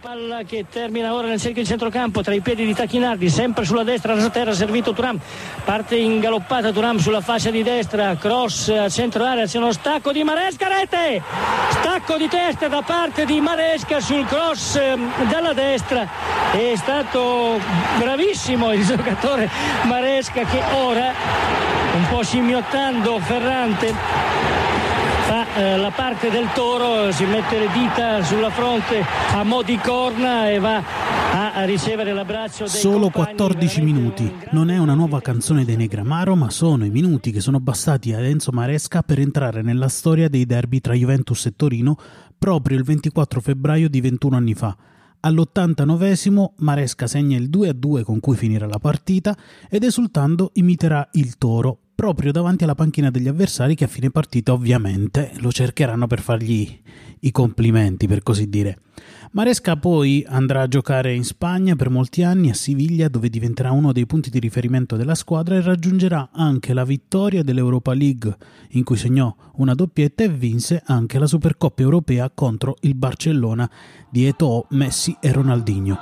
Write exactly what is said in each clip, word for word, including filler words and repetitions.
Palla che termina ora nel cerchio di centrocampo tra i piedi di Tacchinardi, sempre sulla destra, rasa terra, servito Thuram, parte in galoppata Thuram sulla fascia di destra, cross a centro area, c'è uno stacco di Maresca, rete, stacco di testa da parte di Maresca sul cross dalla destra, è stato bravissimo il giocatore Maresca che ora, un po' scimmiottando Ferrante, fa eh, la parte del toro, si mette le dita sulla fronte a mo' di corna e va a, a ricevere l'abbraccio dei Solo quattordici minuti. Non è una nuova canzone dei Negramaro, ma sono i minuti che sono bastati a Enzo Maresca per entrare nella storia dei derby tra Juventus e Torino proprio il ventiquattro febbraio di ventuno anni fa. All'ottantanovesimo Maresca segna il due a due con cui finirà la partita ed esultando imiterà il toro proprio davanti alla panchina degli avversari che a fine partita ovviamente lo cercheranno per fargli i complimenti, per così dire. Maresca poi andrà a giocare in Spagna per molti anni, a Siviglia, dove diventerà uno dei punti di riferimento della squadra e raggiungerà anche la vittoria dell'Europa League, in cui segnò una doppietta e vinse anche la Supercoppa europea contro il Barcellona di Eto'o, Messi e Ronaldinho.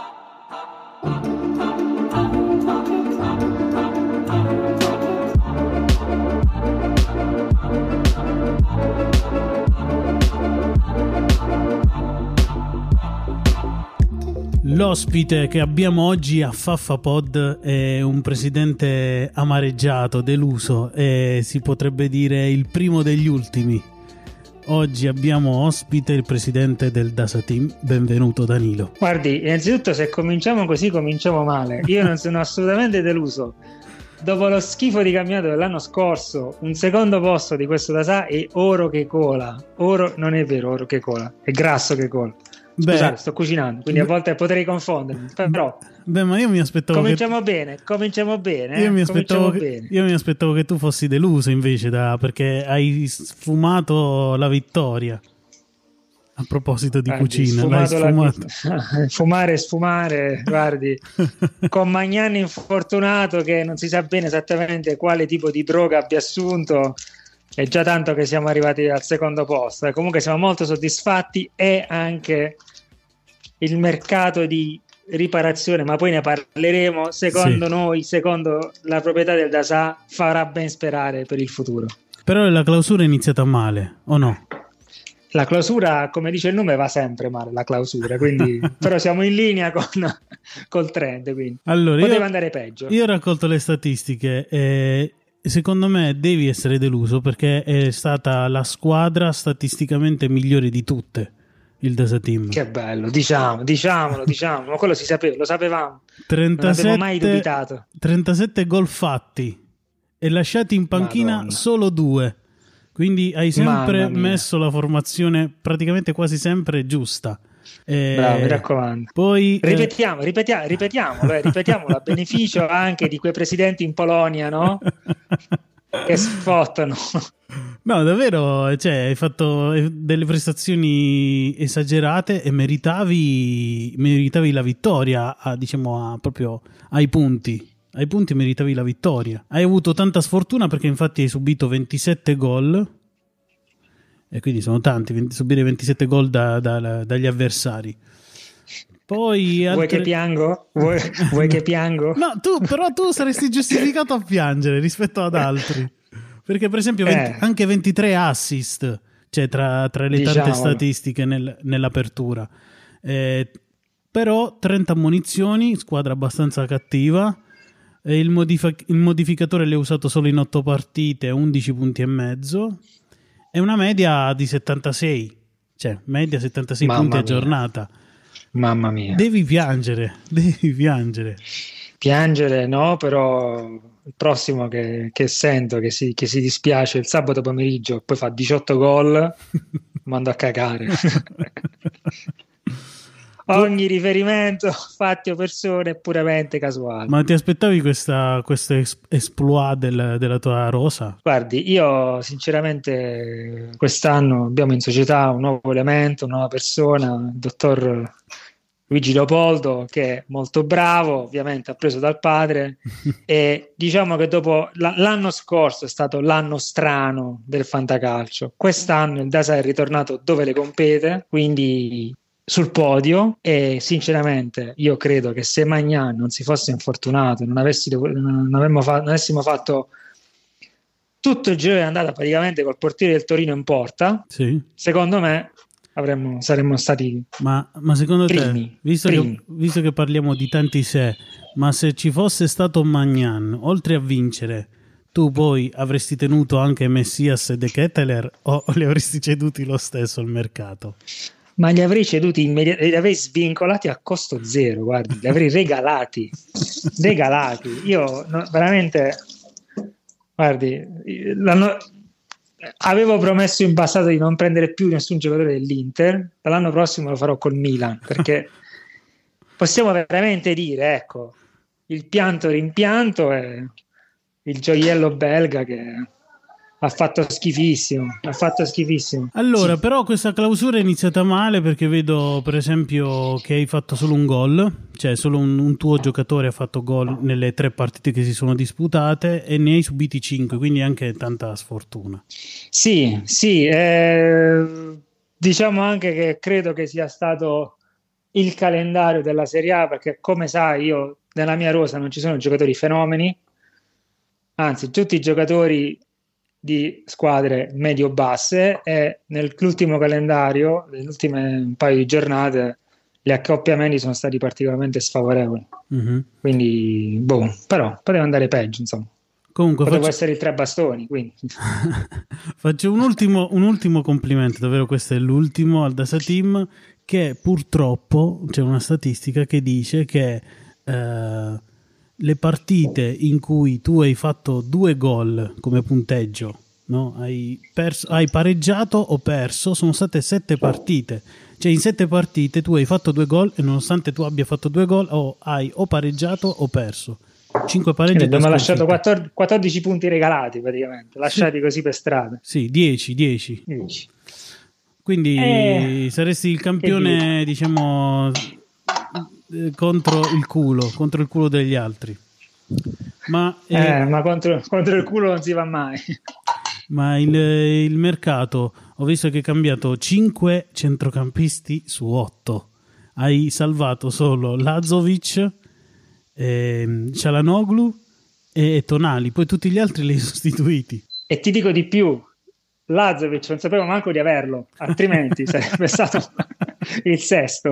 L'ospite che abbiamo oggi a FaffaPod è un presidente amareggiato, deluso e si potrebbe dire il primo degli ultimi. Oggi abbiamo ospite il presidente del Dasa Team. Benvenuto Danilo. Guardi, innanzitutto se cominciamo così cominciamo male. Io non sono assolutamente deluso. Dopo lo schifo di campionato dell'anno scorso, un secondo posto di questo Dasa è oro che cola. Oro non è vero, oro che cola, è grasso che cola. Scusate, sto cucinando, quindi a volte potrei confondermi, però beh, ma io mi aspettavo cominciamo che... bene, cominciamo bene. Io, eh? mi aspettavo che... bene. io mi aspettavo che tu fossi deluso invece, da... perché hai sfumato la vittoria. A proposito di guardi, cucina, l'hai sfumato. La... Fumare e sfumare, guardi, con Magnani infortunato che non si sa bene esattamente quale tipo di droga abbia assunto. È già tanto che siamo arrivati al secondo posto, eh. Comunque siamo molto soddisfatti e anche il mercato di riparazione, ma poi ne parleremo, secondo sì. noi, secondo la proprietà del Dasa, farà ben sperare per il futuro. Però la clausura è iniziata male, o no? La clausura, come dice il nome, va sempre male, la clausura, quindi però siamo in linea con col trend, quindi allora, poteva io, andare peggio. Io ho raccolto le statistiche e secondo me devi essere deluso perché è stata la squadra statisticamente migliore di tutte, il Dasa Team. Che bello, diciamo, diciamolo, diciamolo, ma quello si sapeva, lo sapevamo, trentasette, non avevo mai dubitato. trentasette gol fatti e lasciati in panchina Madonna. Solo due, quindi hai sempre messo la formazione praticamente quasi sempre giusta. Eh, Bravo, mi raccomando. Poi ripetiamo, eh... ripetiamo, ripetiamolo, eh, ripetiamolo a beneficio anche di quei presidenti in Polonia, no? Che sfottano. No, davvero, cioè, hai fatto delle prestazioni esagerate e meritavi, meritavi la vittoria, a, diciamo, a, proprio ai punti. Ai punti meritavi la vittoria. Hai avuto tanta sfortuna perché infatti hai subito ventisette gol. E quindi sono tanti, subire ventisette gol da, da, dagli avversari. Poi altre... Vuoi che piango? Vuoi, vuoi che piango? No, tu, però tu saresti giustificato a piangere rispetto ad altri. Perché per esempio venti, eh. anche ventitré assist, cioè tra, tra le diciamo. tante statistiche nel, nell'apertura. Eh, però trenta ammonizioni, squadra abbastanza cattiva. E il, modific- il modificatore l'hai usato solo in otto partite, undici punti e mezzo. È una media di settantasei, cioè media settantasei Mamma punti mia. a giornata. Mamma mia. Devi piangere, devi piangere. Piangere no, però il prossimo che, che sento che si, che si dispiace il sabato pomeriggio e poi fa diciotto gol, mando a cagare. Ogni riferimento fatti o persone è puramente casuale. Ma ti aspettavi questa, questo exploit del, della tua rosa? Guardi, io sinceramente quest'anno abbiamo in società un nuovo elemento, una nuova persona, il dottor Luigi Leopoldo, che è molto bravo, ovviamente appreso dal padre e diciamo che dopo l'anno scorso è stato l'anno strano del fantacalcio, quest'anno il Dasa è ritornato dove le compete, quindi sul podio, e sinceramente io credo che se Maignan non si fosse infortunato, non, avessi, non, avremmo fa, non avessimo fatto tutto il giro di andata praticamente col portiere del Torino in porta, sì. secondo me avremmo, saremmo stati ma, ma secondo primi, te, visto primi. che, visto che parliamo di tanti se, ma se ci fosse stato Maignan, oltre a vincere, tu poi avresti tenuto anche Messias e De Ketteler o li avresti ceduti lo stesso al mercato? Ma li avrei ceduti immediatamente, li avrei svincolati a costo zero, guardi, li avrei regalati, regalati. Io no, veramente, guardi, l'anno, avevo promesso in passato di non prendere più nessun giocatore dell'Inter, dall'anno prossimo lo farò col Milan, perché possiamo veramente dire, ecco, il pianto rimpianto è il gioiello belga che ha fatto schifissimo, ha fatto schifissimo. Allora, sì. Però questa clausura è iniziata male, perché vedo per esempio che hai fatto solo un gol, cioè solo un, un tuo giocatore ha fatto gol nelle tre partite che si sono disputate e ne hai subiti cinque, quindi anche tanta sfortuna. Sì, sì, eh, diciamo anche che credo che sia stato il calendario della Serie A, perché come sai io nella mia rosa non ci sono giocatori fenomeni, anzi tutti i giocatori di squadre medio-basse, e nell'ultimo calendario, nelle ultime un paio di giornate, gli accoppiamenti sono stati particolarmente sfavorevoli. Mm-hmm. Quindi, boh, però poteva andare peggio, insomma. Comunque Potevo faccio... essere i tre bastoni, quindi. Faccio un ultimo, un ultimo complimento, davvero questo è l'ultimo al Dasa Team, che purtroppo c'è una statistica che dice che eh, le partite in cui tu hai fatto due gol come punteggio, no? hai, perso, hai pareggiato o perso, sono state sette partite. Cioè in sette partite tu hai fatto due gol e nonostante tu abbia fatto due gol o hai o pareggiato o perso. cinque pareggi. Abbiamo lasciato quattordici, quattordici punti regalati praticamente, lasciati sì. Così per strada. Sì, dieci, dieci. Quindi eh, saresti il campione, diciamo, contro il culo, contro il culo degli altri. Ma, eh, eh, ma contro, contro il culo non si va mai. Ma il, il mercato, ho visto che hai cambiato cinque centrocampisti su otto. Hai salvato solo Lazovic, eh, Çalhanoğlu e Tonali, poi tutti gli altri li hai sostituiti. E ti dico di più, Lazovic non sapevo manco di averlo, altrimenti sarebbe stato il sesto.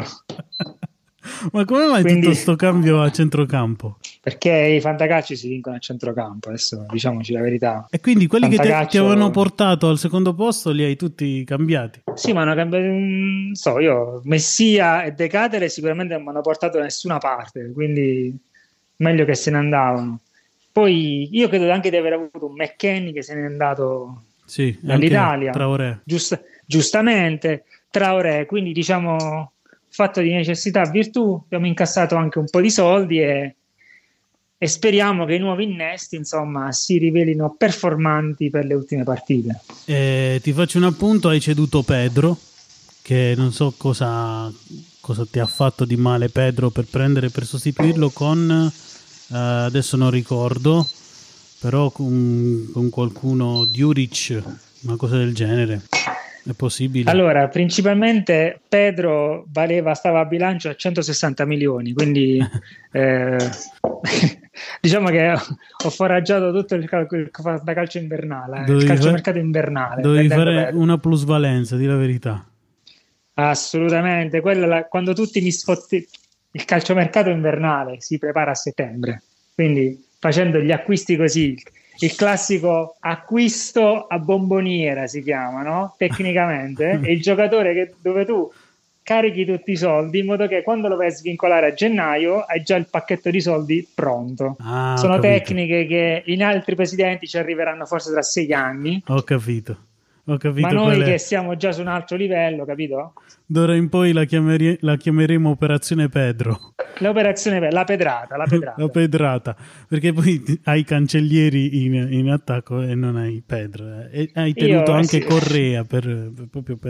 Ma come mai Quindi, tutto sto cambio a centrocampo? Perché i fantacalci si vincono a centrocampo, adesso diciamoci la verità. E quindi quelli Fantacalcio... che ti, ti avevano portato al secondo posto li hai tutti cambiati? Sì, ma hanno cambiato, non so, io Messia e De Ketteler sicuramente non mi hanno portato da nessuna parte, quindi meglio che se ne andavano. Poi io credo anche di aver avuto un McKennie che se n'è andato sì, dall'Italia. Traoré. Giust- giustamente, Traoré, quindi diciamo... fatto di necessità virtù, abbiamo incassato anche un po' di soldi e, e speriamo che i nuovi innesti insomma si rivelino performanti per le ultime partite. Eh, ti faccio un appunto, hai ceduto Pedro, che non so cosa, cosa ti ha fatto di male Pedro per prendere per sostituirlo con eh, adesso non ricordo, però con, con qualcuno, Djuric, una cosa del genere. È possibile? Allora, principalmente Pedro valeva, stava a bilancio a centosessanta milioni, quindi eh, diciamo che ho foraggiato tutto il, cal- il calcio invernale, eh, il calciomercato invernale. Dovevi fare Pedro. Una plusvalenza, di la verità. Assolutamente, quella la, quando tutti mi sfotti, il calciomercato invernale si prepara a settembre, quindi facendo gli acquisti così. Il classico acquisto a bomboniera si chiama, no? Tecnicamente è il giocatore che, dove tu carichi tutti i soldi in modo che quando lo vai a svincolare a gennaio hai già il pacchetto di soldi pronto. Ah, sono tecniche che in altri presidenti ci arriveranno forse tra sei anni. Ho capito. Ho capito, ma noi che è. siamo già su un altro livello, capito? D'ora in poi la, chiameri- la chiameremo Operazione Pedro. L'operazione, la pedrata, la pedrata. La pedrata, perché poi hai cancellieri in, in attacco e non hai Pedro. E hai tenuto Io, anche sì. Correa per, per, proprio per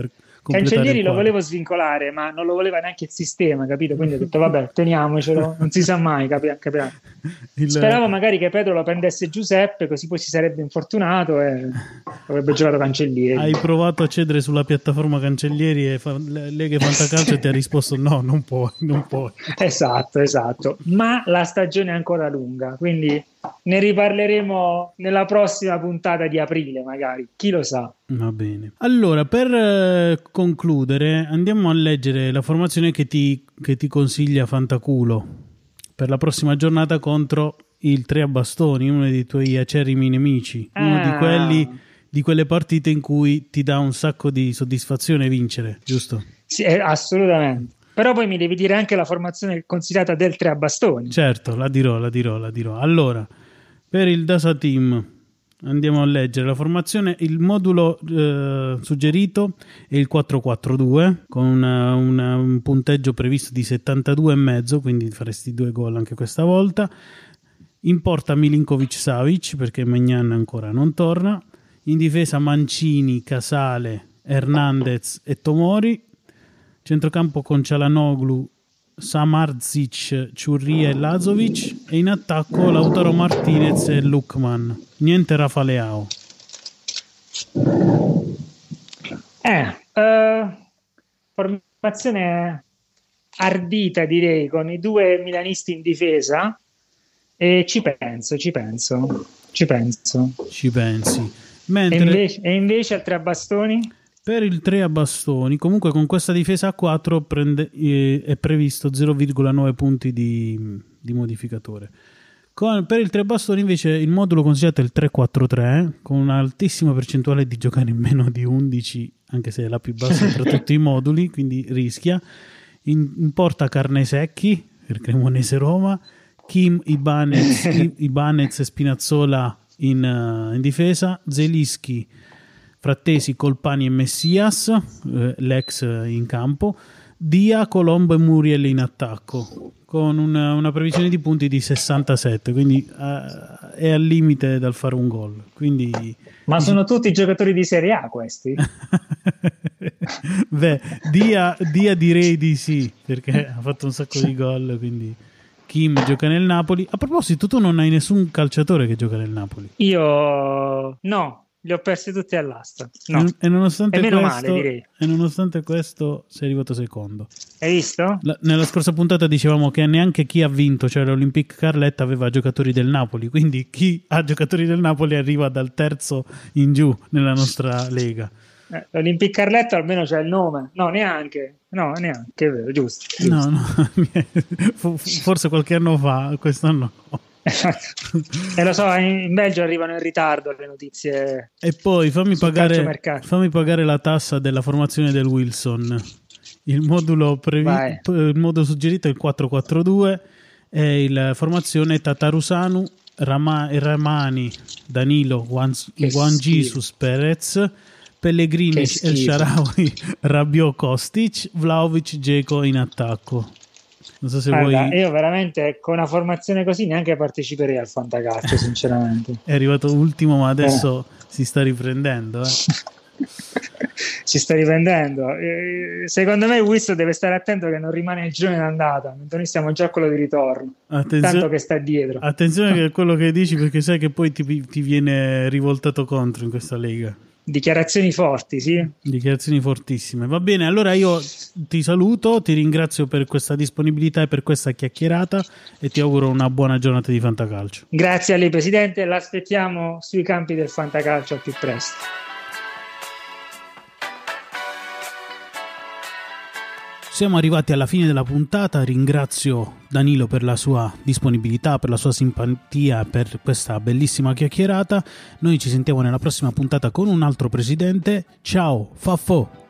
Cancellieri lo volevo svincolare, ma non lo voleva neanche il sistema, capito? Quindi ho detto vabbè, teniamocelo, non si sa mai, capi- capirà. Il... Speravo magari che Pedro lo prendesse Giuseppe, così poi si sarebbe infortunato e avrebbe giocato Cancellieri. Hai provato a accedere sulla piattaforma Cancellieri e fa... Lega Fantacalcio e ti ha risposto no, non puoi, non puoi. Esatto, esatto. Ma la stagione è ancora lunga, quindi ne riparleremo nella prossima puntata di aprile, magari, chi lo sa. Va bene. Allora, per eh, concludere, andiamo a leggere la formazione che ti, che ti consiglia Fantaculo per la prossima giornata contro il Tre a Bastoni, uno dei tuoi acerrimi nemici, ah. uno di quelli di quelle partite in cui ti dà un sacco di soddisfazione vincere, giusto? Sì, assolutamente. Però poi mi devi dire anche la formazione consigliata del Tre a Bastoni. Certo, la dirò, la dirò, la dirò. Allora, per il Dasa Team andiamo a leggere la formazione. Il modulo eh, suggerito è il quattro quattro due con una, una, un punteggio previsto di settantadue e mezzo, quindi faresti due gol anche questa volta. In porta Milinkovic-Savic perché Maignan ancora non torna. In difesa Mancini, Casale, Hernandez e Tomori. Centrocampo con Çalhanoğlu, Samardzic, Ciurria e Lazovic. E in attacco Lautaro Martinez e Lukman. Niente Rafa Leao. Eh, uh, formazione ardita, direi, con i due milanisti in difesa. E ci penso, ci penso, ci penso. Ci pensi. Mentre... E, invece, e invece al Tre a Bastoni? Per il Tre a Bastoni, comunque con questa difesa a quattro prende, eh, è previsto zero virgola nove punti di, di modificatore. Con, per il Tre a Bastoni invece il modulo consigliato è il tre quattro tre con un'altissima percentuale di giocare in meno di undici, anche se è la più bassa tra tutti i moduli, quindi rischia. In, in porta Carnesecchi per Cremonese Roma, Kim, Ibanez, Ibanez e Spinazzola in, uh, in difesa, Zelischi, Frattesi, Colpani e Messias, eh, l'ex in campo, Dia, Colombo e Muriel in attacco, con una, una previsione di punti di sessantasette, quindi uh, è al limite dal fare un gol. Quindi... Ma sono tutti giocatori di Serie A questi? Beh, Dia, Dia direi di sì, perché ha fatto un sacco di gol, quindi... Kim gioca nel Napoli. A proposito, tu non hai nessun calciatore che gioca nel Napoli? Io no, li ho persi tutti all'asta. No. E, e, nonostante e meno questo, male, direi. E nonostante questo sei arrivato secondo. Hai visto? La, nella scorsa puntata dicevamo che neanche chi ha vinto, cioè l'Olympique Carletta, aveva giocatori del Napoli. Quindi chi ha giocatori del Napoli arriva dal terzo in giù nella nostra lega. Eh, L'Olympique Carletto almeno c'è il nome. No, neanche. No, neanche, è vero, giusto, giusto. No, no, forse qualche anno fa, quest'anno no. E lo so, in Belgio arrivano in ritardo le notizie. E poi fammi pagare, fammi pagare la tassa della formazione del Wilson. Il modulo, previ- il modulo suggerito è il quattro quattro due e la formazione Tatarusanu, Rama- Ramani, Danilo, Juan, Juan Jesus Perez, Pellegrini, El Shaarawy, Rabiot, Kostic, Vlahovic, Dzeko in attacco. Non so se Guarda, vuoi... io veramente con una formazione così neanche parteciperei al fantacalcio, sinceramente. È arrivato ultimo, ma adesso eh. si sta riprendendo. Eh. Si sta riprendendo. Eh, secondo me Wilson deve stare attento che non rimane il girone d'andata, mentre noi siamo già a quello di ritorno. Attenzio... Tanto che sta dietro. Attenzione a quello che dici, perché sai che poi ti, ti viene rivoltato contro in questa lega. Dichiarazioni forti, sì. Dichiarazioni fortissime. Va bene, allora io ti saluto, ti ringrazio per questa disponibilità e per questa chiacchierata e ti auguro una buona giornata di fantacalcio. Grazie a lei, Presidente, l'aspettiamo sui campi del fantacalcio al più presto. Siamo arrivati alla fine della puntata, ringrazio Danilo per la sua disponibilità, per la sua simpatia, per questa bellissima chiacchierata. Noi ci sentiamo nella prossima puntata con un altro presidente. Ciao, Faffo!